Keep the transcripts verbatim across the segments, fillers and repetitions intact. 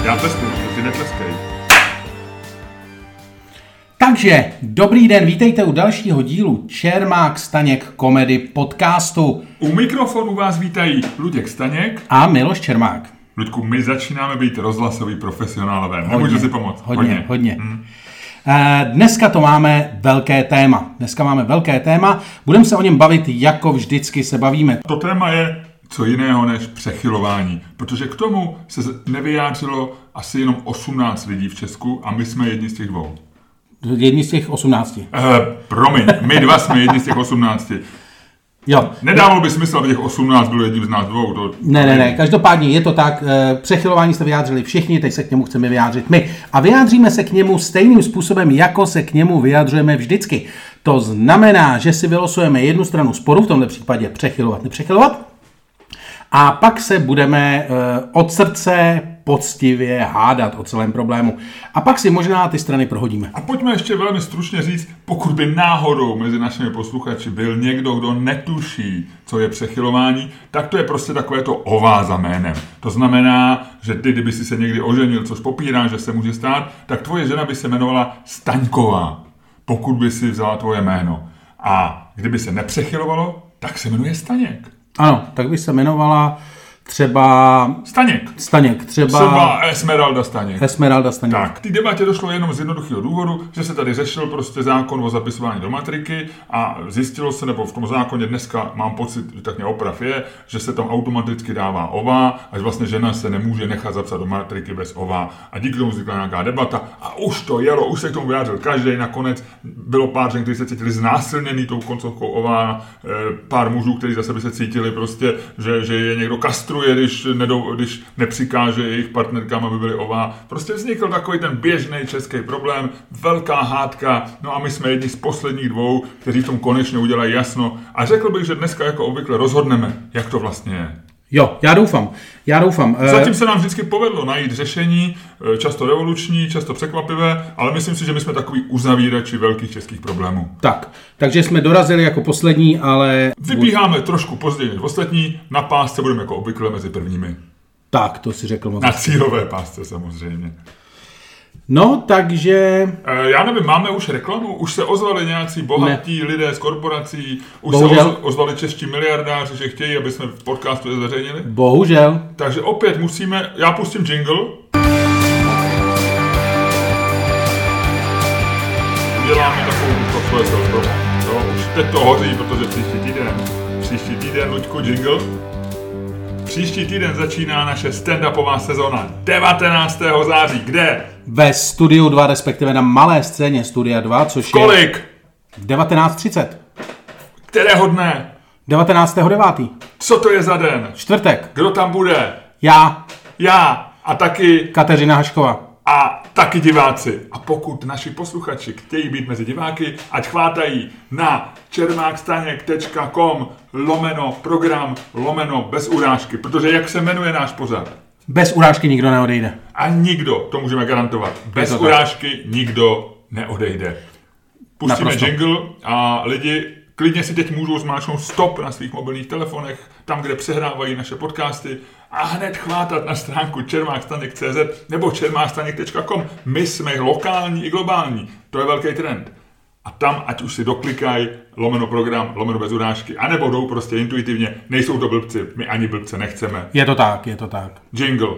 Já testuju, ty netleskej. Takže, dobrý den, vítejte u dalšího dílu Čermák Staněk komedy podcastu. U mikrofonu vás vítají Luděk Staněk a Miloš Čermák. Luďku, my začínáme být rozhlasoví profesionálové. Nemůžu si pomoct. Hodně, hodně. hodně. Hmm. Dneska to máme velké téma. Dneska máme velké téma. Budeme se o něm bavit, jako vždycky se bavíme. To téma je co jiného než přechylování, protože k tomu se nevyjádřilo asi jenom osmnáct lidí v Česku a my jsme jedni z těch dvou. Jedni z těch osmnácti. Eh, promiň, my dva jsme jedni z těch osmnácti. Jo. Nedávalo by smysl, aby těch osmnáct bylo jedním z nás dvou. To... Ne, ne, ne, každopádně je to tak, přechylování jste vyjádřili všichni, teď se k němu chceme vyjádřit my. A vyjádříme se k němu stejným způsobem, jako se k němu vyjadřujeme vždycky. To znamená, že si vylosujeme jednu stranu sporu, v tomto případě přechylovat, nepřechylovat, a pak se budeme od srdce poctivě hádat o celém problému. A pak si možná ty strany prohodíme. A pojďme ještě velmi stručně říct, pokud by náhodou mezi našimi posluchači byl někdo, kdo netuší, co je přechylování, tak to je prostě takové to ová za jménem. To znamená, že ty, kdyby si se někdy oženil, což popírá, že se může stát, tak tvoje žena by se jmenovala Staňková, pokud by si vzala tvoje jméno. A kdyby se nepřechylovalo, tak se jmenuje Staněk. Ano, tak by se jmenovala třeba... Staněk. Staněk, třeba... Třeba Esmeralda Staněk. Esmeralda Staněk. Tak, k té debatě došlo jenom z jednoduchého důvodu, že se tady řešil prostě zákon o zapisování do matriky a zjistilo se, nebo v tom zákoně dneska mám pocit, že tak mě oprav je, že se tam automaticky dává ová a že vlastně žena se nemůže nechat zapsat do matriky bez ová. A díky tomu vznikla nějaká debata a už to jelo, už se k tomu vyjádřil každý. Nakonec bylo pár žen, kteří se cítili znásilněný tou koncovkou ová, pár mužů, kteří zase by se cítili prostě, že, že je někdo kastruje, když, nedou, když nepřikáže jejich partnerkám, aby byly ová. Prostě vznikl takový ten běžný český problém, velká hádka, no a my jsme jedni z posledních dvou, kteří v tom konečně udělají jasno. A řekl bych, že dneska jako obvykle rozhodneme, jak to vlastně je. Jo, já doufám, já doufám. Zatím se nám vždycky povedlo najít řešení, často revoluční, často překvapivé, ale myslím si, že my jsme takový uzavírači velkých českých problémů. Tak, takže jsme dorazili jako poslední, ale... Vybíháme trošku později než ostatní, na pásce budeme jako obvykle mezi prvními. Tak, to si řekl moc. Na cílové pásce samozřejmě. No, takže... E, já nevím, máme už reklamu? Už se ozvali nějací bohatí ne. lidé z korporací? Už Bohužel. se ozvali čeští miliardáři, že chtějí, aby jsme v podcastu je zveřejnili? Bohužel. Takže opět musíme... Já pustím jingle. Děláme takovou to svoje jo, už teď to hoří, protože příští týden, příští týden, Luďku, jingle. Příští týden začíná naše stand-upová sezóna devatenáctého září. Kde? Ve Studiu dva, respektive na malé scéně Studia dva, což Kolik? je... V devatenáct třicet. Kterého dne? devatenáctého devátého Co to je za den? Čtvrtek. Kdo tam bude? Já. Já. A taky... Kateřina Hašková. A taky diváci. A pokud naši posluchači chtějí být mezi diváky, ať chvátají na čermákstaněk tečka com lomeno program lomeno bez urážky. Protože jak se jmenuje náš pořad? Bez urážky nikdo neodejde. A nikdo, to můžeme garantovat. Bez urážky tak. Nikdo neodejde. Pustíme Naprosto. jingle a lidi klidně si teď můžou zmáčknout stop na svých mobilních telefonech, tam, kde přehrávají naše podcasty a hned chvátat na stránku čermákstaněk tečka cé zet nebo čermákstaněk tečka com. My jsme lokální i globální. To je velký trend. A tam, ať už si doklikají lomeno program, lomeno bez urážky, anebo jdou prostě intuitivně, nejsou to blbci, my ani blbce nechceme. Je to tak, je to tak. Jingle.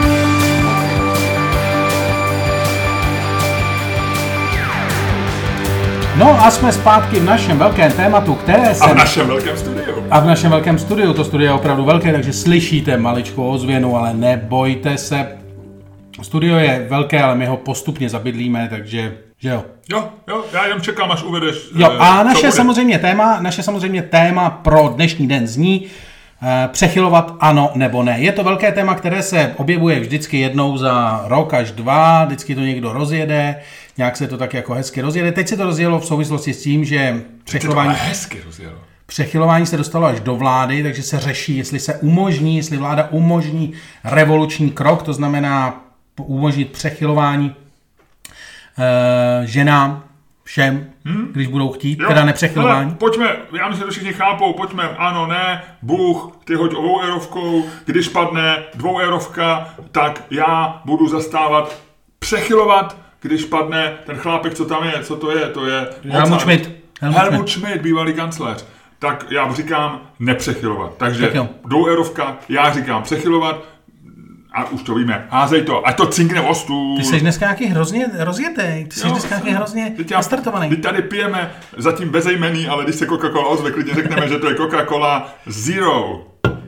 No a jsme zpátky v našem velkém tématu, které se... A v našem velkém studiu. A v našem velkém studiu. To studio je opravdu velké, takže slyšíte maličkou ozvěnu, ale nebojte se. Studio je velké, ale my ho postupně zabydlíme, takže... Že jo. Jo, jo, já jenom čekám, až uvedeš, jo, a naše samozřejmě téma, naše samozřejmě téma pro dnešní den zní e, přechylovat ano nebo ne. Je to velké téma, které se objevuje vždycky jednou za rok až dva, vždycky to někdo rozjede, nějak se to tak jako hezky rozjede. Teď se to rozjelo v souvislosti s tím, že přechylování, to hezky rozjelo. Přechylování se dostalo až do vlády, takže se řeší, jestli se umožní, jestli vláda umožní revoluční krok, to znamená umožnit přechylování e, ženám všem, hmm? když budou chtít, jo, teda nepřechylování. Ale pojďme, já myslím, že to všichni chápou, pojďme, ano, ne, Bůh, ty hoď ovou eurovkou, když padne dvou eurovka, tak já budu zastávat, přechylovat, když padne ten chlápek, co tam je, co to je, to je... Helmut Schmidt. Helmut, Helmut Schmidt, bývalý kancléř. Tak já říkám nepřechylovat. Takže dvou eurovka, já říkám přechylovat, a už to víme, házej to, ať to cinkne o stůl. Ty jsi dneska nějaký hrozně rozjetej, ty jsi jo, dneska nějaký hrozně nastartovaný. Teď tady pijeme, zatím bezejmenný, ale když se Coca-Cola ozve, klidně řekneme, že to je Coca-Cola Zero.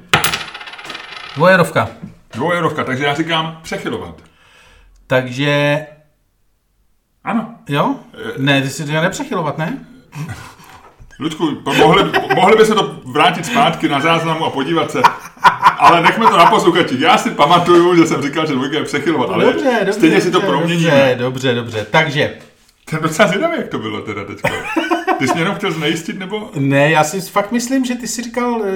Dvojerovka. Dvojerovka, takže já říkám přechylovat. Takže... Ano. Jo? Ne, ty jsi říkal nepřechylovat, ne? Luďku, mohli, mohli by se to vrátit zpátky na záznamu a podívat se. Ale nechme to na posluchačích. Já si pamatuju, že jsem říkal, že dvojka je přechylovat, ale dobře, dobře, stejně dobře, si to proměníme. Dobře, dobře, dobře. Takže... Jsem docela zvědavý, jak to bylo teda teďko. Ty jsi mě jenom chtěl znejistit, nebo? Ne, já si fakt myslím, že ty jsi říkal... Uh,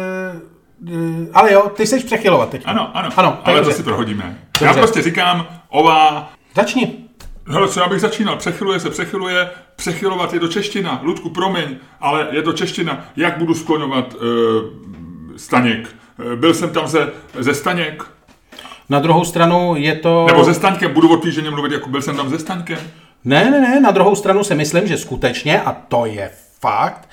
uh, ale jo, ty jsi přechylovat teď. Ano, ano, ano ale dobře. To si prohodíme. Dobře. Já prostě říkám, ová... Začni. Hele, co já bych začínal? Přechyluje se, přechyluje, přechylovat je to čeština. Ludku, promiň, ale je to čeština. Jak budu skloňovat uh, Staněk? Byl jsem tam ze, ze Staněk. Na druhou stranu je to... Nebo ze Staňkem, budu odpíženě mluvit, jako byl jsem tam ze Staňkem. Ne, ne, ne, na druhou stranu si myslím, že skutečně, a to je fakt,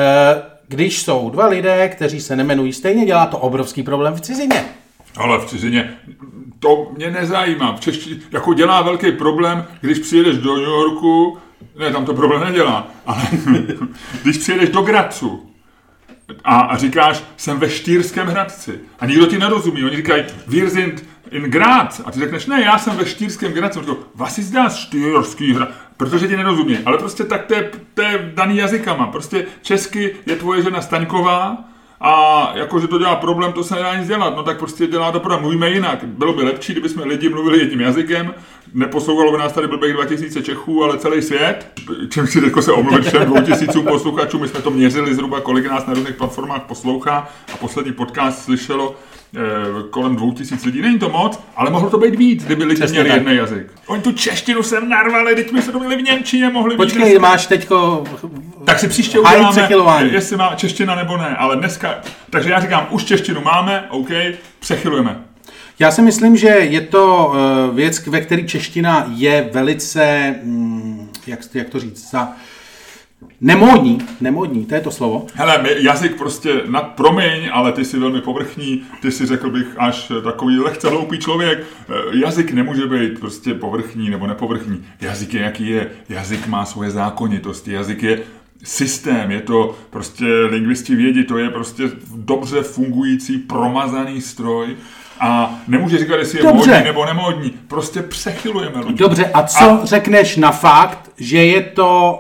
když jsou dva lidé, kteří se nemenují stejně, dělá to obrovský problém v cizině. Ale v cizině, to mě nezajímá. V češtině, jako dělá velký problém, když přijedeš do New Yorku, ne, tam to problém nedělá, ale když přijedeš do Grazu, A, a říkáš, jsem ve Štýrském Hradci. A nikdo ti nerozumí. Oni říkají, wir sind in Graz. A ty řekneš, ne, já jsem ve Štýrském Hradci. A říkají, was ist das Štýrský Hrad? Protože ti nerozumí. Ale prostě tak to je, to je daný jazykama. Prostě česky je tvoje žena Staňková a jakože to dělá problém, to se nedá nic dělat. No tak prostě dělá to problém. Mluvíme jinak. Bylo by lepší, kdyby jsme lidi mluvili jedním jazykem. Neposlouchalo by nás tady blbých dva tisíce Čechů, ale celý svět. Čím si teďko se omluvit všem dvou tisícům posluchačů. My jsme to měřili zhruba, kolik nás na různých platformách poslouchá. A poslední podcast slyšelo eh, kolem dvou tisíc lidí. Není to moc, ale mohlo to být víc, kdyby lidi Přesně měli tak. jeden jazyk. Oni tu češtinu sem narvali, teď my se to měli v němčině, mohli Počkej, být máš teďko... Tak si příště uděláme, jestli má čeština nebo ne, ale dneska... Takže já říkám, už češtinu máme, OK, přechylujeme. Já si myslím, že je to věc, ve které čeština je velice, jak, jak to říct, za nemódní, nemódní, to je to slovo. Hele, jazyk prostě, nad, promiň, ale ty jsi velmi povrchní, ty si řekl bych až takový lehce hloupý člověk. Jazyk nemůže být prostě povrchní nebo nepovrchní. Jazyk je jaký je, jazyk má svoje zákonitosti, jazyk je systém, je to prostě lingvisti vědí, to je prostě dobře fungující, promazaný stroj. A nemůže říkat, jestli je Dobře. módní nebo nemódní. Prostě přechylujeme lidi. Dobře, a co a... řekneš na fakt, že je to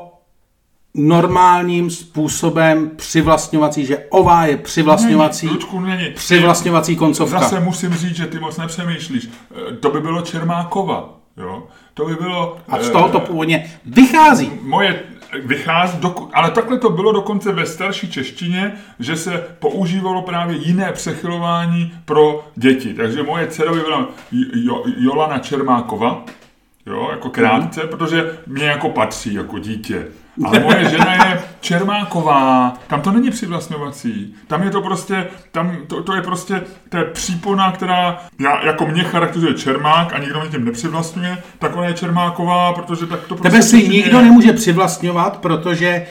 normálním způsobem přivlastňovací, že ová je přivlastňovací, není, Lučku, není. přivlastňovací koncovka? Zase musím říct, že ty moc nepřemýšlíš. To by bylo Čermákova. Jo? To by bylo... A z toho to původně vychází. Moje... Vychází, ale takhle to bylo dokonce ve starší češtině, že se používalo právě jiné přechylování pro děti. Takže moje dcera by byla jo, Jolana Čermákova, jo, jako krátce, mm. protože mě jako patří jako dítě. Ale moje žena je Čermáková, tam to není přivlastňovací, tam je to prostě, tam to, to je prostě, to je přípona, která, já, jako mě charakterizuje Čermák a nikdo mě tím nepřivlastňuje, tak ona je Čermáková, protože tak to prostě... Tebe si nikdo je... nemůže přivlastňovat, protože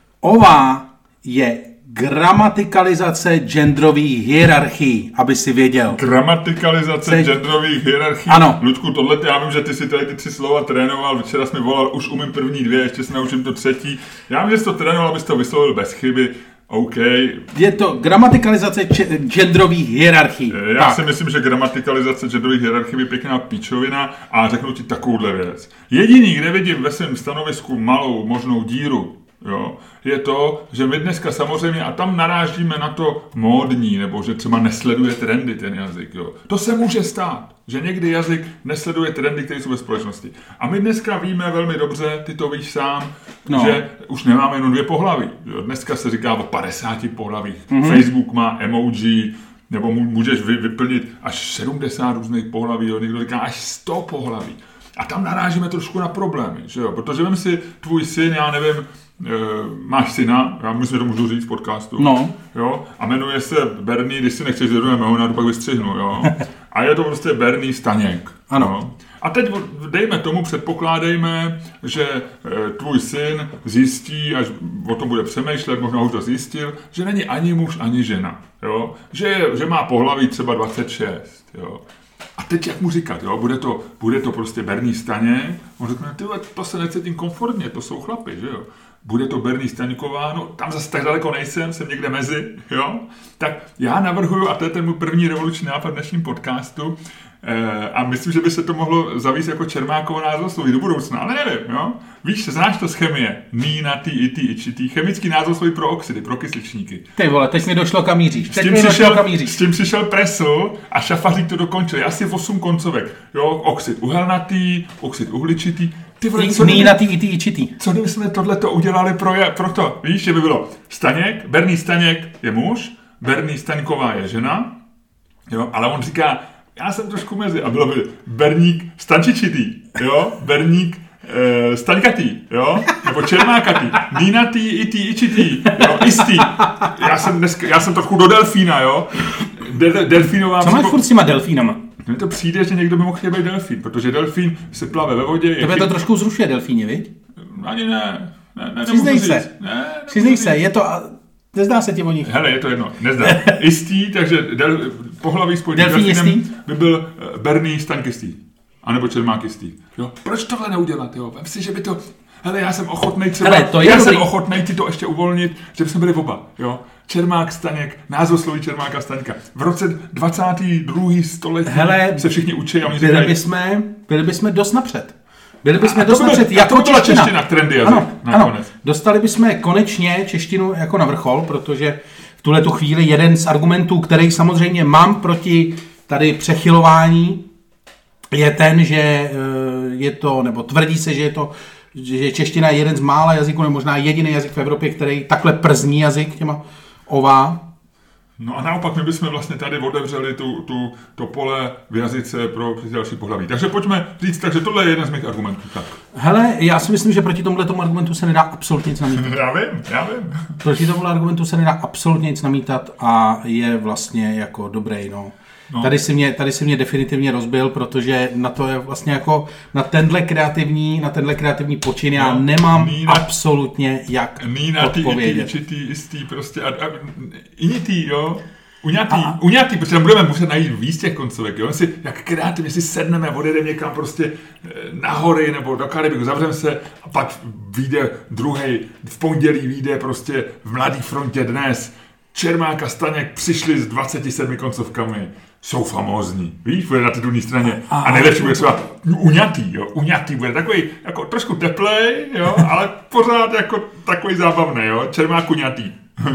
ová je gramatikalizace genderových hierarchií, aby si věděl. Gramatikalizace Se... genderových hierarchií? Ano. Ludku, tohle já vím, že ty si tady ty tři slova trénoval, včera jsi mi volal, už umím první dvě, ještě se naučím to třetí. Já vím, že jsi to trénoval, abys to vyslovil bez chyby. OK. Je to gramatikalizace č- genderových hierarchií. Já tak. si myslím, že gramatikalizace genderových hierarchií je pěkná píčovina a řeknu ti takovouhle věc. Jediný, kde vidím ve svém stanovisku malou možnou díru, jo, je to, že my dneska samozřejmě, a tam narážíme na to módní, nebo že třeba nesleduje trendy ten jazyk. Jo. To se může stát, že někdy jazyk nesleduje trendy, které jsou ve společnosti. A my dneska víme velmi dobře, ty to víš sám, no. že už nemáme jenom dvě pohlaví. Jo. Dneska se říká o padesáti pohlavích. Mm-hmm. Facebook má emoji, nebo můžeš vyplnit až sedmdesát různých pohlaví, jo. Někdo říká až sto pohlaví. A tam narážíme trošku na problémy, že jo? Protože vem si tvůj syn, já nevím, e, máš syna, já myslím, že to můžu říct v podcastu, no. Jo? A jmenuje se Bernie, když si nechceš zvědomit jméno, pak vystřihnu, jo? A je to prostě Bernie Staněk. Ano. Jo? A teď dejme tomu, předpokládejme, že e, tvůj syn zjistí, až o tom bude přemýšlet, možná už to zjistil, že není ani muž, ani žena. Jo? Že, že má pohlaví třeba dvacet šest. Jo? A teď jak mu říkat, jo? Bude, to, bude to prostě Bernie Staněk? On řekne, tyhle, to se necítím komfortně, to jsou chlapi, že jo? Bude to Bernie Staňková, no tam zase tak daleko nejsem, jsem někde mezi, jo? Tak já navrhuju, a to je ten můj první revoluční nápad v dnešním podcastu, eh, a myslím, že by se to mohlo zavíst jako Čermákovo názvosloví do budoucna, ale nevím, jo? Víš, znáš to z chemie, nínatý, itý, ičitý, chemický názvosloví pro oxidy, pro kysličníky. Ty vole, teď mi došlo kam míříš. S tím, přišel, s tím přišel Presl a Šafařík to dokončil, asi osm koncovek, jo? Oxid uhelnatý, oxid uhličitý. Ty vole, co kdyby, co kdyby jsme tohleto udělali pro, je, pro to, víš, že by bylo Staněk, Bernie Staněk je muž, Bernie Staňková je žena, jo, ale on říká, já jsem trošku mezi, a bylo by Berník Stančičitý, jo, Berník e, Staňkatý, jo, nebo Čermákatý, Nínatý, itý, ičitý, jo, istý, já jsem, dneska, já jsem trochu do delfína, jo, De, delfínová... Co máš furt s těma delfínama? Mně to přijde, že někdo by mohl chtět být delfín, protože delfín se plave ve vodě. Tebe chyb... to trošku zrušuje delfíně, viď? Ani ne. ne, ne Přiznej se. Ne, Přiznej se, je to... Nezdá se ti o nich. Hele, je to jedno, nezdá. Istý, takže del, pohlaví spojení delfínem by byl Bernie Staňkistý. A nebo Čermákistý. Jo? Proč tohle neudělat? Jo? Vem si, že by to... Hele, já jsem ochotnej třeba... Hele, to je já dobrý. jsem ochotnej ti to ještě uvolnit, že bychom byli oba. Jo? Čermák Staněk, názvosloví Čermáka Staňka. V roce dvacátém druhém století Hele, se všichni učí a oni byli říkají... Bychom, byli bychom dost napřed. Byli bychom a dost by, napřed jako to čeština. čeština trendy jazyk, ano, ano, dostali bychom konečně češtinu jako na vrchol, protože v tuhle tu chvíli jeden z argumentů, který samozřejmě mám proti tady přechylování, je ten, že je to, nebo tvrdí se, že je to, že čeština je jeden z mála jazyků, nebo možná jediný jazyk v Evropě, který takhle przní jazyk těma ová. No a naopak my bychom vlastně tady otevřeli tu, tu, to pole v jazyce pro další pohlaví. Takže pojďme říct, takže tohle je jeden z mých argumentů. Tak. Hele, já si myslím, že proti tomuto argumentu se nedá absolutně nic namítat. Já vím, já vím. Proti tomuto argumentu se nedá absolutně nic namítat a je vlastně jako dobrý, no. No. Tady si mě, tady si mě definitivně rozbil, protože na to je vlastně jako na tenhle kreativní, na tenhle kreativní počin já no. nemám Nína, absolutně jak Nína, odpovědět. Ty, ty, jistý prostě a, a initý, jo. Uňatý, a, uňatý, protože tam budeme muset najít víc těch koncovek, jo. Si, jak kreativně si sedneme, odjedeme někam prostě na hory nebo do Karibiku, zavřeme se a pak vyjde druhej, v pondělí vyjde prostě v Mladý frontě dnes. Čermák a Staněk přišli s dvaceti sedmi koncovkami. Jsou famózní, víš, bude na té druhé straně. A, a nejlepší bude třeba uňatý, jo, uňatý bude takový jako trošku teplej, jo, ale pořád jako takový zábavný, jo, Čermák uňatý.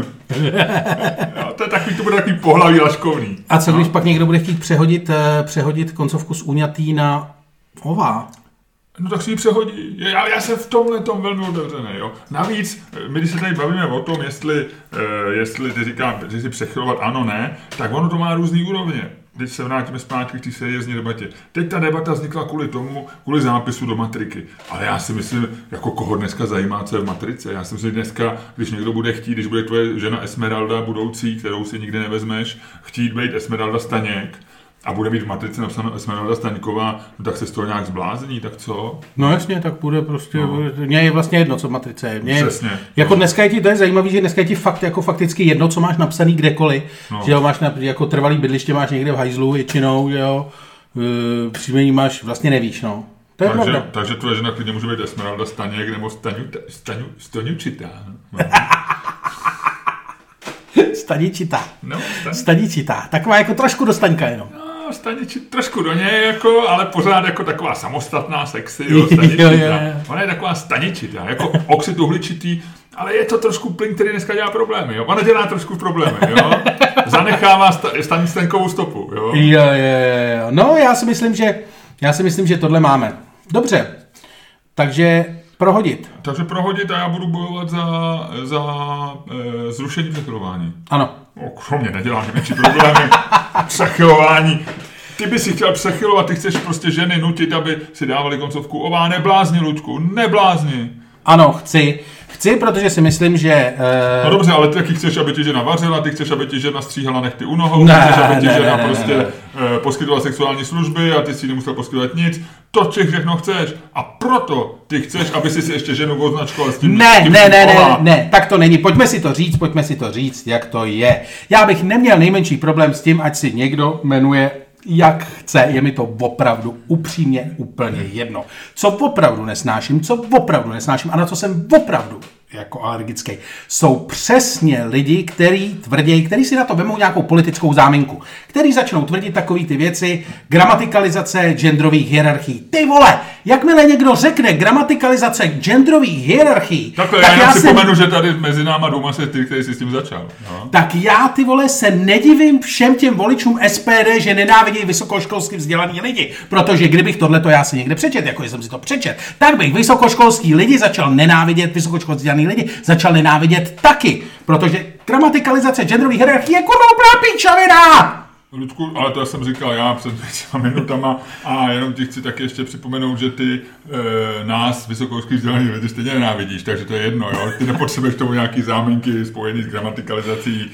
Jo, to je takový, to bude takový pohlaví laškovný. A co no? Když pak někdo bude chtít přehodit, přehodit koncovku z uňatý na ová? No tak si ji přehodí. Já, já jsem v tomhle tom velmi otevřený, jo. Navíc, my když se tady bavíme o tom, jestli, uh, jestli ty říkám, že si přechylovat ano, ne, tak ono to má různý úrovně. Teď se vrátíme zpátky k té seriózní debatě. Teď ta debata vznikla kvůli tomu, kvůli zápisu do matriky. Ale já si myslím, jako koho dneska zajímá, co je v matrice. Já si myslím, že dneska, když někdo bude chtít, když bude tvoje žena Esmeralda budoucí, kterou si nikdy nevezmeš, chtít být Esmeralda Staněk, a bude být v matrice napsáno Esmeralda Staňková, no tak se z toho nějak zblázní, tak co? No jasně, tak bude prostě, no. Mně je vlastně jedno, co v matrice je. Mě Přesně. Je, jako dneska je ti, to je zajímavý, že dneska je ti fakt jako fakticky jedno, co máš napsaný kdekoliv, no. Že jo, máš na, jako trvalý bydliště máš někde v hajzlu většinou, že jo, e, příjmení máš, vlastně nevíš, no. To je takže, pravda. Takže tvoje žena klidně může být Esmeralda Staněk nebo Staňu, Staňu, Staňučitá. No. Staničitá. No, staň... Staničitá. Taková jako trošku do Staňka jenom. No, Staničit trošku do něj, jako, ale pořád jako taková samostatná sexy, jo, Staničitá. Ona je taková Staničitá, jako oxid uhličitý, ale je to trošku plyn, který dneska dělá problémy, jo. Ona dělá trošku problémy, jo. Zanechává sta- Staňkovou stopu, jo. Jo, jo, jo. No, já si myslím, že, já si myslím, že tohle máme. Dobře, takže prohodit. Takže prohodit a já budu bojovat za, za e, zrušení přechylování. Ano. O, kromě nedělám větší problémy. Přechylování. Ty by si chtěl přechylovat, ty chceš prostě ženy nutit, aby si dávali koncovku ová. Neblázni, Luďku, neblázni. Ano, chci. Chci, protože si myslím, že... Uh... No dobře, ale ty taky chceš, aby ti žena vařila, ty chceš, aby ti žena stříhala nechty u nohou, ne, ty chceš, aby ti ne, žena ne, prostě ne, ne. poskytovala sexuální služby a ty si nemusel poskytovat nic. To všechno chceš. A proto ty chceš, aby si si ještě ženu označkoval s tím... Ne, tím, ne, tím ne, ne, ne, tak to není. Pojďme si to říct, pojďme si to říct, jak to je. Já bych neměl nejmenší problém s tím, ať si někdo jmenuje jak chce, je mi to opravdu upřímně úplně jedno. Co opravdu nesnáším, co opravdu nesnáším a na co jsem opravdu jako alergický, jsou přesně lidi, kteří tvrdí, kteří si na to vemou nějakou politickou záminku, kteří začnou tvrdit takový ty věci, gramatikalizace genderových hierarchií. Ty vole, jakmile někdo řekne gramatikalizace genderových hierarchií, takhle, tak já jenom já si jsem... pomenu, že tady mezi náma doma se ty, který si s tím začal. No. Tak já, ty vole, se nedivím všem těm voličům S P D, že nenávidí vysokoškolsky vzdělaný lidi, protože kdybych tohleto já si někde přečet, jako jsem si to přečet, tak bych vysokoškolský lidi začal nenávidět, vysokoškolský vzdělaný lidi začal nenávidět taky, protože gramatikalizace genderových hierarchií je kurva úplná píčovina! Ludku, ale to jsem říkal já před dvěma minutama a jenom ti chci taky ještě připomenout, že ty e, nás, vysokoškolský vzdělaný lidi, stejně nenávidíš, takže to je jedno, jo? Ty nepotřebuješ tomu nějaký záminky spojený s gramatikalizací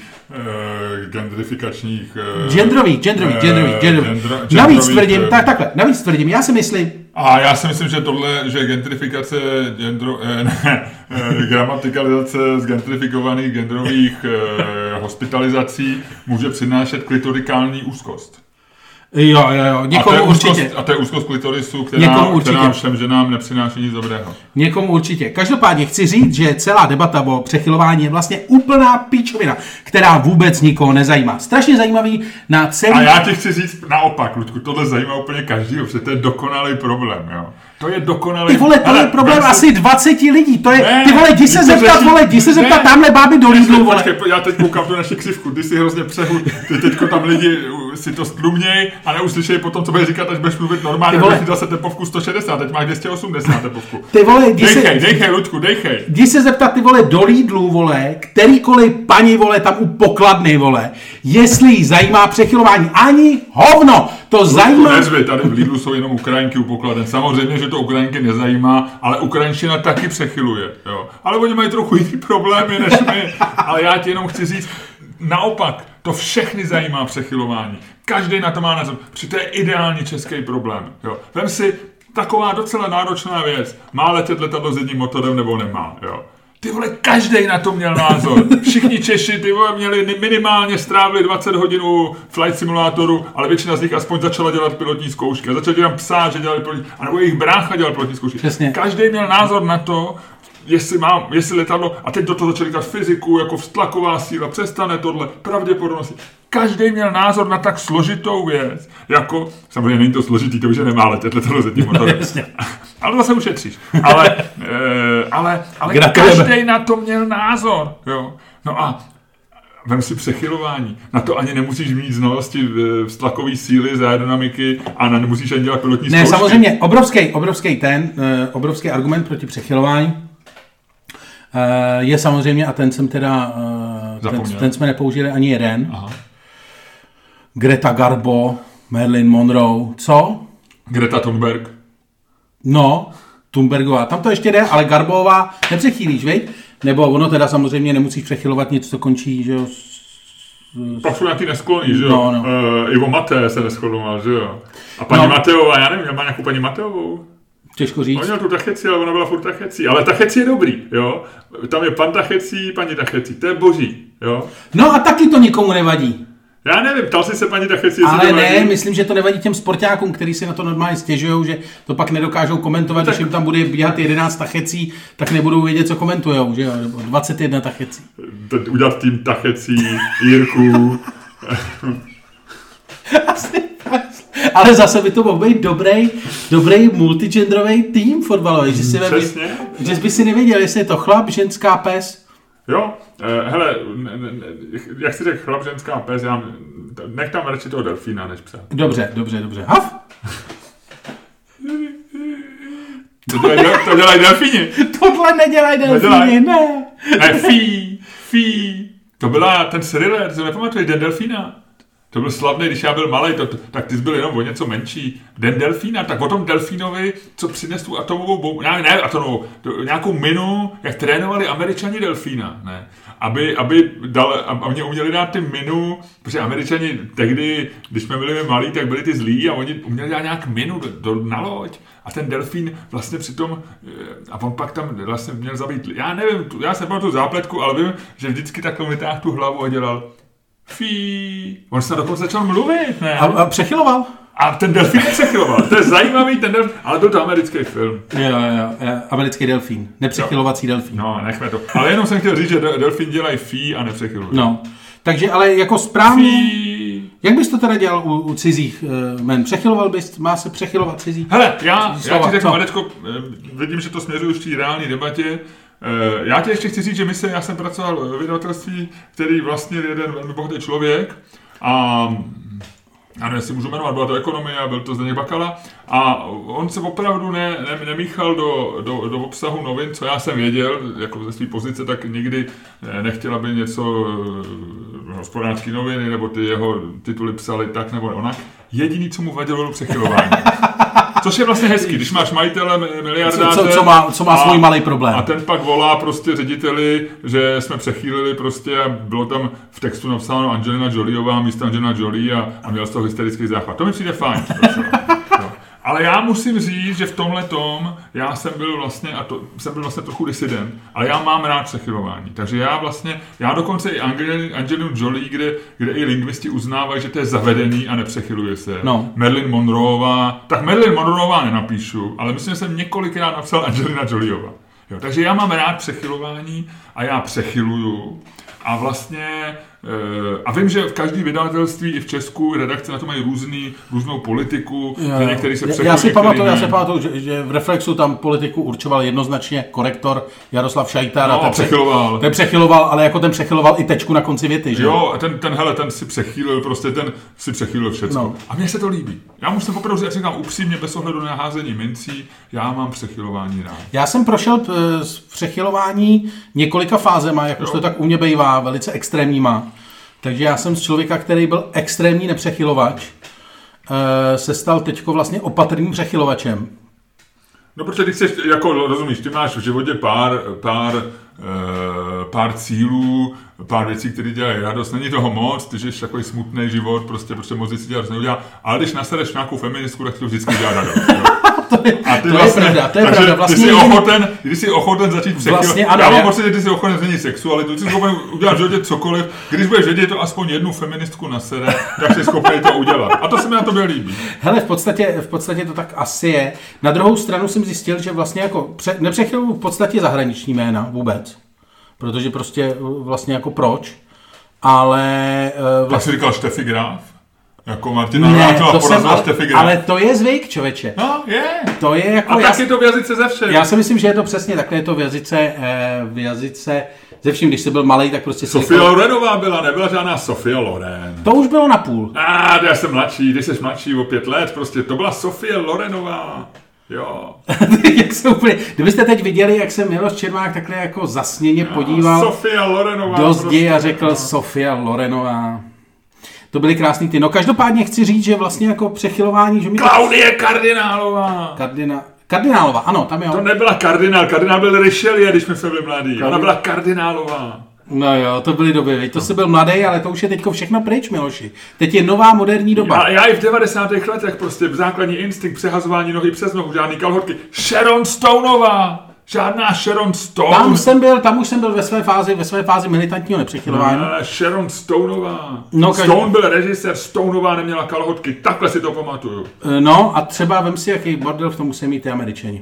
e, gendrifikačních... E, genderových, genderových, e, genderových, genderových. Gendro, navíc tvrdím, tak takhle, navíc tvrdím, já si myslím... A já si myslím, že tohle, že gentrifikace, gendro, eh, ne, eh, gramatikalizace z gentrifikovaných genderových eh, hospitalizací může přinášet klitorikální úzkost. Jo, jo, jo, někomu a určitě. Úzkost, a to je úzkost klitorisu, která, která všem ženám nepřináší nic dobrého. Někomu určitě. Každopádně chci říct, že celá debata o přechylování je vlastně úplná píčovina, která vůbec nikoho nezajímá. Strašně zajímavý na celý... A já ti chci říct naopak, Ludku, tohle zajímá úplně každýho, protože to je dokonalý problém, jo. To je dokonalý... Ty vole, to je problém asi si... dvacet lidí, to je... Ne, ty vole, jdi se zeptat, řeší... vole, jdi se zeptat ne, tamhle báby do Lidlu, vole. Počkej, já teď koukám tu naši křivku, ty si hrozně přehu, ty teďko tam lidi si to stlumněj a neuslyšej potom, co bude říkat, až budeš mluvit normálně, když zase tepovku sto šedesát, teď máš dvě stě osmdesát tepovku. Ty vole, jdi dejchej, se... dejchej, Ludku, dejchej. Jdi se zeptat, ty vole, do Lidlu, vole, kterýkoliv paní, vole, tam u pokladny, vole, jestli jí zajímá přechylování. Ani hovno, to zajímá... Nezvy, tady v Lidlu jsou jenom Ukrajinky u pokladen. Samozřejmě, že to Ukrajinky nezajímá, ale ukrajinština taky přechyluje, jo. Ale oni mají trochu jiný problémy než my. Ale já ti jenom chci říct, naopak, to všechny zajímá přechylování. Každý na to má názor, protože to je ideální český problém, jo. Vem si, taková docela náročná věc. Má letět letadlo s jedním motorem nebo nemá, jo. Ty vole, každej na to měl názor. Všichni Češi, ty vole, měli minimálně strávili dvacet hodin u flight simulátoru, ale většina z nich aspoň začala dělat pilotní zkoušky. A začali dělat psát, že dělali pilotní, a nebo jejich brácha dělal pilotní zkoušky. Přesně. Každej měl názor na to, jestli mám, jestli letadlo, a teď do toho začali říkat fyziku, jako vztlaková síla, přestane tohle, pravděpodobnosti. Každý měl názor na tak složitou věc, jako, samozřejmě není to složitý, to už je nemá letět letadlo s jedním motorem. No, ale zase ušetříš. Ale, e, ale, ale každý na to měl názor. Jo. No a vem si přechylování. Na to ani nemusíš mít znalosti vztlakové síly, z aerodynamiky a nemusíš ani dělat pilotní zkoušky. Ne, samozřejmě, obrovský, obrovský ten, obrovský argument proti přechylování je samozřejmě, a ten jsem teda, ten, ten jsme nepoužili ani jeden. Aha. Greta Garbo, Marilyn Monroe, co? Greta Thunberg. No, Thunbergová, tam to ještě jde, ale Garbová nepřechýlíš, viď? Nebo ono teda samozřejmě nemusíš přechylovat nic, co končí, že jo? Pak jsou nějaký neskloní, že jo? No, no. Uh, Ivo Maté se nesklonoval, že jo? A paní no. Mateová, já nevím, já mám nějakou paní Mateovou. Těžko říct. On měl tu Tachecí, ale ona byla furt Tachecí. Ale Tachecí je dobrý, jo? Tam je pan Tachecí, paní Tachecí, to je boží, jo? No a taky to nikomu nevadí. Já nevím, ptal jsi se paní Tachecí, ale to ne, myslím, že to nevadí těm sportákům, kteří si na to normálně stěžují, že to pak nedokážou komentovat, tak... když jim tam bude běhat jedenáct Tachecí, tak nebudou vědět, co komentujou, že jo? dvacet jedna Tachecí. Udělat tým Tachecí, Jirku. Asi, ale zase by to mohl být dobrý, dobrý multigendrový tým fotbalový, že, si Přesně. že bys si nevěděl, jestli je to chlap, ženská, pes. Jo, eh, hele, ne, ne, jak jsi řekl chlap, ženská, pes, já, nech tam radši toho delfína, než psa. Dobře, dobře, dobře. Haf! To dělají, to dělají delfíni. Tohle nedělají delfíni, ne. Ne, fí, fí. To byla ten thriller, to nepamatuješ, Den delfína. To byl slavný, když já byl malý, to, to, tak ty jsi byl jenom o něco menší. Den delfína, tak o tom delfínovi, co přines tu atomovou bombu, ne, ne atomovou, to, nějakou minu, jak trénovali Američani delfína, ne. Aby, aby dal, a oni uměli dát ty minu, protože Američani tehdy, když jsme byli malí, tak byli ty zlí a oni uměli dát nějak minu do, do, na loď. A ten delfín vlastně přitom, a on pak tam vlastně měl zabít, já nevím, já jsem byl tu zápletku, ale vím, že vždycky takhle vytáhl tu hlavu a dělal fí. On se dokonce začal mluvit, ne? A, a přechyloval? A ten delfín přechyloval. To je zajímavý, ten delfín, ale byl to americký film. Jo, jo, jo, americký delfín. Nepřechylovací jo. delfín. No, nechme to. Ale jenom jsem chtěl říct, že delfín dělají fí a nepřechylují. No, takže ale jako správně... Fí. Jak bys to teda dělal u, u cizích uh, men? Přechyloval bys, má se přechylovat cizí? Hele, já, cizí já ti řeknu, Co? Marečko, vidím, že to směřuje už v té reální debatě. Já ti ještě chci říct, že my se, já jsem pracoval v vydavatelství, který vlastně jeden velmi bohatý člověk a já nevím, jestli můžu jmenovat, byla to ekonomie a byl to Zdeněk Bakala a on se opravdu ne, ne, nemíchal do, do, do obsahu novin, co já jsem věděl, jako ze své pozice, tak nikdy nechtěl, aby něco hospodářské noviny nebo ty jeho tituly psali tak nebo onak. Jediný, co mu vadilo, bylo přechylování. Což je vlastně hezký, když máš majitele miliardáře. Co, co, co má, co má svůj malý problém. A ten pak volá prostě řediteli, že jsme přechýlili prostě a bylo tam v textu napsáno Angelina Jolieová místo Angelina Jolie a, a měl z toho hysterický záchvat. To mi přijde fajn. No. Ale já musím říct, že v tomhle tom já jsem byl vlastně, a to jsem byl vlastně trochu disident, ale já mám rád přechylování. Takže já vlastně, já dokonce i Angelinu Jolie, kde, kde i lingvisti uznávají, že to je zavedený a nepřechyluje se. No. Marilyn Monroeová, tak Marilyn Monroeová nenapíšu, ale myslím, že jsem několikrát napsal Angelina Jolieová. Jo, takže já mám rád přechylování a já přechyluju. A vlastně, a vím, že v každém vydavatelství i v Česku redakce na to mají různý, různou politiku, že některý se přechylují. Já si pamatuju, já si pamatuju, že, že v Reflexu tam politiku určoval jednoznačně korektor Jaroslav Šajtár. No, ten přechyloval. Ten přechyloval, ale jako ten přechyloval i tečku na konci věty, že? Jo, ten, ten hele, ten si přechýlil, prostě ten si přechýlil všecko. No. A mně se to líbí. Já musím opravdu, jak říkám, upřímně, bez ohledu na házení mincí, já mám přechylování rád. Já jsem prošel z přechylování několika fázema, jak už to tak u mě bývá, velice extrémníma. Takže já jsem z člověka, který byl extrémní nepřechylovač, se stal teďko vlastně opatrným přechylovačem. No, protože ty chceš, jako rozumíš, ty máš v životě pár, pár, pár cílů, pár věcí, které dělají radost. Není toho moc, ty žiješ takový smutný život, prostě, protože moc věcí dělat neudělá. Ale když nasereš nějakou feministku, tak to vždycky dělá radost. to je, a ty to vlastně, je pravda, to je takže pravda. Vlastně ty jsi ochoten, když jsi ochoten začít přechylovat. Vlastně, ano, já mám pocit, že ty jsi ochoten změnit sexualitu, ty jsi schopen udělat v životě cokoliv. Když budeš vědět, to aspoň jednu feministku nasere, tak jsi schopný to udělat. A to se mi na tobě líbí. Hele, v podstatě, v podstatě to tak asi je. Na druhou stranu jsem zjistil, že vlastně jako pře- nepřechyluju v podstatě zahraniční jména vůbec. Protože prostě vlastně jako proč. Ale... Uh, vlastně... Tak jsi říkal Štefy Graf? Jako Martina Navrátilová porazila Štefy Graf. Ale to je zvyk, člověče. No, je. To je jako... A tak je to v jazyce ze všem. Já si myslím, že je to přesně takhle, je to v jazyce, v jazyce ze vším, když jsi byl malej, tak prostě... Sofia jako... Lorenová byla, nebyla žádná Sofia Loren. To už bylo napůl. A ah, já jsem mladší, když jsi mladší o pět let, prostě to byla Sofia Lorenová. Jo. jak se úplně, kdybyste teď viděli, jak se Miloš Čermák takhle jako zasněně no, podíval Sofia Lorenová do zdi prostě, a řekl no. Sofia Lorenová. To byly krásný ty. No každopádně chci říct, že vlastně jako přechylování, že mi... Klaudie Kardinálová. Kardina... Kardinálová, ano, tam jo. To nebyla kardinál, kardinál byl Richelieu, když jsme se byli mladí. Kardin... Ona byla Kardinálová. No jo, to byly doby, veď. To no. jsi byl mladý, ale to už je teďko všechno pryč, Miloši. Teď je nová moderní doba. Já, já i v devadesátých letech prostě v základní instinkt, přehazování nohy přes nohu, žádný kalhotky. Sharon Stoneová! Žádná Sharon Stone. Tam jsem byl, tam už jsem byl ve své fázi, ve své fázi militantního nepřechylování. No, Sharon Stoneová. No, Stone byl režisér, Stoneová neměla kalhotky, takhle si to pamatuju. No a třeba vem si, jaký bordel v tom musí mít ty Američani.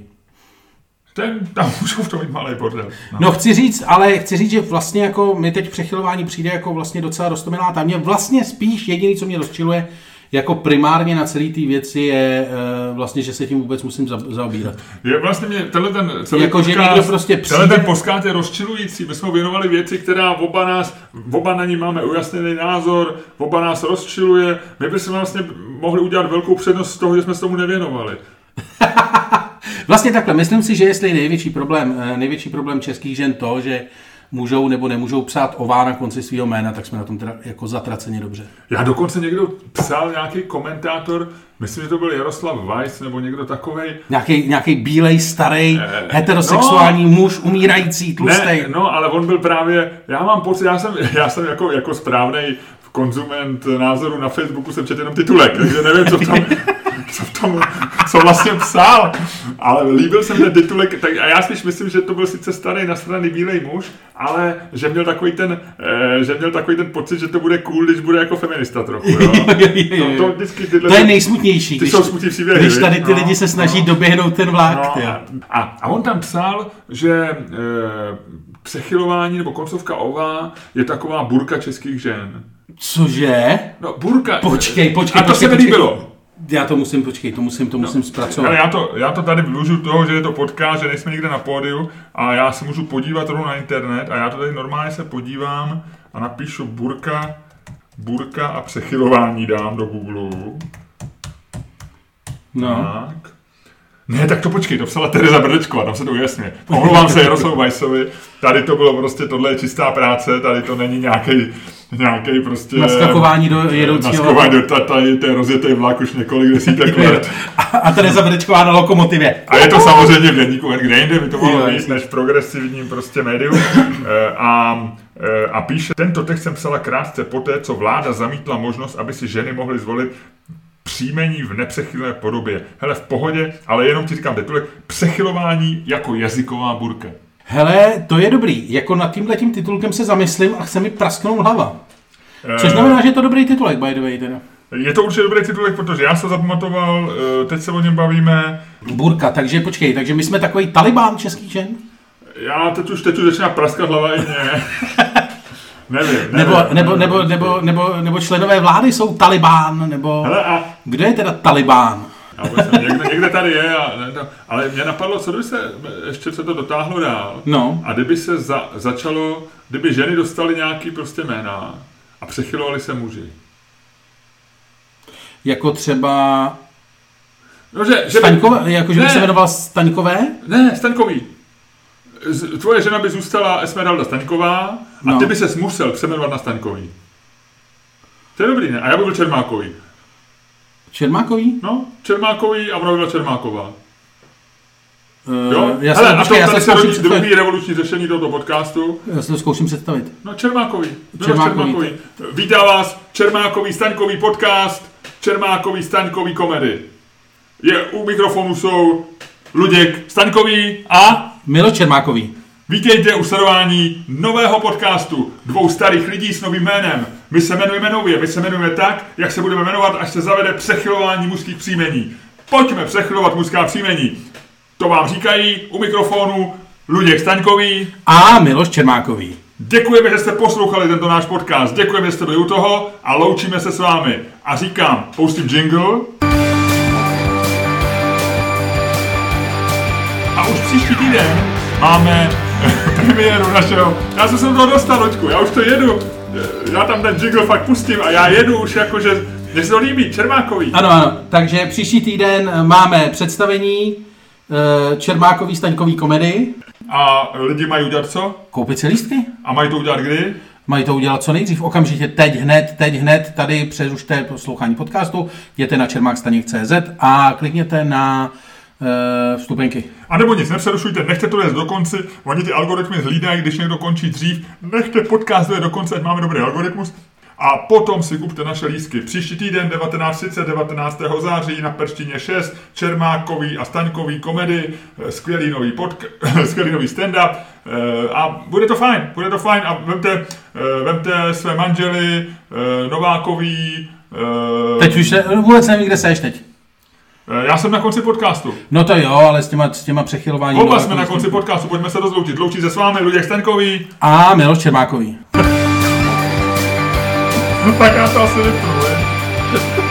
Ten, tam můžou v tom mít malý bordel. No. no chci říct, ale chci říct, že vlastně jako mi teď přechylování přijde jako vlastně docela roztomilá. Tam mě vlastně spíš jediný, co mě rozčiluje, jako primárně na celé té věci je vlastně, že se tím vůbec musím zaobírat. Je vlastně mě, tenhle ten celý jako, podcast, prostě přijde... tenhle ten podcast je rozčilující. My jsme věnovali věci, která oba nás, oba na ní máme ujasněný názor, oba nás rozčiluje. My bychom vlastně mohli udělat velkou přednost z toho, že jsme se tomu nevěnovali. Vlastně takhle, myslím si, že jestli největší problém, největší problém českých žen to, že můžou nebo nemůžou psát ová na konci svého jména, tak jsme na tom teda jako zatraceně dobře. Já dokonce někdo psal, nějaký komentátor, myslím, že to byl Jaroslav Weiss nebo někdo takovej. Nějaký, nějaký bílej, starý, eh, heterosexuální no, muž, umírající, tlustej. Ne, no, ale on byl právě, já mám pocit, já jsem, já jsem jako, jako správnej konzument názoru na Facebooku, jsem četl jenom titulek, takže nevím, co v tom, co, v tom, co vlastně psal, ale líbil jsem ten titulek, tak, a já si myslím, že to byl sice starý nasraný bílej muž, ale že měl takový ten, eh, že měl takový ten pocit, že to bude cool, když bude jako feminista trochu, jo. To, to, vždycky tyhle, to je nejsmutnější, ty když, jsou smutní příběhy, když tady ty no, lidi se snaží no, doběhnout ten vlák. No, a, a, a on tam psal, že eh, přechylování nebo koncovka ová je taková burka českých žen. Cože? No, burka. Počkej, počkej. A to počkej, se mi líbilo. Já to musím, počkej, to musím, to musím no, zpracovat. Já to, já to tady využiju toho, že je to podcast, že nejsme nikde na pódiu a já se můžu podívat rovnou na internet a já to tady normálně se podívám a napíšu burka, burka a přechylování dám do Google. No. Tak. Ne, tak to počkej, to psala Tereza Brdečková, tam se to ujasně. Omlouvám se Jaroslavu Weissovi, tady to bylo prostě, tohle je čistá práce, tady to není nějaký nějaký prostě... Naskakování do jedoucího... Naskakování do tady, to je rozjetý vlak už několik desítek let. A, a Tereza Brdečková na lokomotivě. A je to samozřejmě v denníku, kde jinde by to mohlo být, než v progresivním prostě médiu. A, a píše, tento text jsem psala krátce poté, co vláda zamítla možnost, aby si ženy mohly zvolit příjmení v nepřechylné podobě. Hele, v pohodě, ale jenom ti říkám titulek, přechylování jako jazyková burka. Hele, to je dobrý. Jako nad tímhletím titulkem se zamyslím a chce mi prasknout hlava. Což znamená, že je to dobrý titulek, by the way, teda. Je to určitě dobrý titulek, protože já se zapamatoval, teď se o něm bavíme. Burka, takže počkej, takže my jsme takový Talibán český žen? Já teď už, teď už začíná praskat hlava i mě. Nevím, nevím, nebo, nevím, nebo, nevím, nebo, nebo, nebo, nebo členové vlády jsou Talibán, nebo... Hele, a... Kdo je teda Talibán? Někde, někde tady je, a, ale mě napadlo, co kdyby se ještě se to dotáhlo dál. No. A kdyby se za, začalo, kdyby ženy dostaly nějaký prostě jména a přechylovali se muži. Jako třeba... No, že, že Staňkové, by... jako že by se jmenoval Staňkové? Ne, Staňkový. Tvoje žena by zůstala Esmeralda Staňková a no. Ty by ses musel přeměnovat na Staňkový. To je dobrý, ne? A já by byl Čermákový. Čermákový? No, Čermákový a ona by byla Čermáková. Uh, jo? Já Hele, jsem, a to já tady se se rodí druhý revoluční řešení tohoto podcastu. Já se to zkouším představit. No, Čermákový. Čermákový. Čermákový. Vítá vás Čermákový Staňkový podcast, Čermákový Staňkový komedy. Je, u mikrofonu jsou Luděk Staňkový a... Miloš Čermákový. Vítejte u sledování nového podcastu dvou starých lidí s novým jménem. My se jmenujeme nově, my se jmenujeme tak, jak se budeme jmenovat, až se zavede přechylování mužských příjmení. Pojďme přechylovat mužská příjmení. To vám říkají u mikrofonu Luděk Staňkový a Miloš Čermákový. Děkujeme, že jste poslouchali tento náš podcast, děkujeme, že jste byli u toho a loučíme se s vámi. A říkám, pustím jingle. A už příští týden máme premiéru našeho, já jsem se do toho dostal, Loďku, já už to jedu, já tam ten jingle fakt pustím a já jedu už jakože, mně se to líbí, Čermákový. Ano, ano, takže příští týden máme představení Čermákový Staňkový komedy. A lidi mají udělat co? Koupit si lístky. A mají to udělat kdy? Mají to udělat co nejdřív, okamžitě, teď hned, teď hned, tady přerušte poslouchání podcastu, jděte na čermákstaněk tečka cé zet a klikněte na uh, vstupenky. A nebo nic, nepřerušujte, nechte to jít do konce, oni ty algoritmy zhlídají, když někdo končí dřív, nechte podcast do konce, ať máme dobrý algoritmus. A potom si kupte naše lístky. Příští týden devatenáct třicet devatenáctého září na Perštině šest, Čermákový a Staňkový komedy, skvělý nový, podk- skvělý nový stand-up a bude to fajn, bude to fajn a vemte, vemte své manžely, Novákový. Teď už se, vůbec nevím, kde seš teď. Já jsem na konci podcastu. No to jo, ale s těma, s těma přechylováním... Oba jsme na konci podcastu, pojďme se rozloučit. Loučí se s vámi Luděk Staňkový a Miloš Čermákový. Tak já to asi vypnu,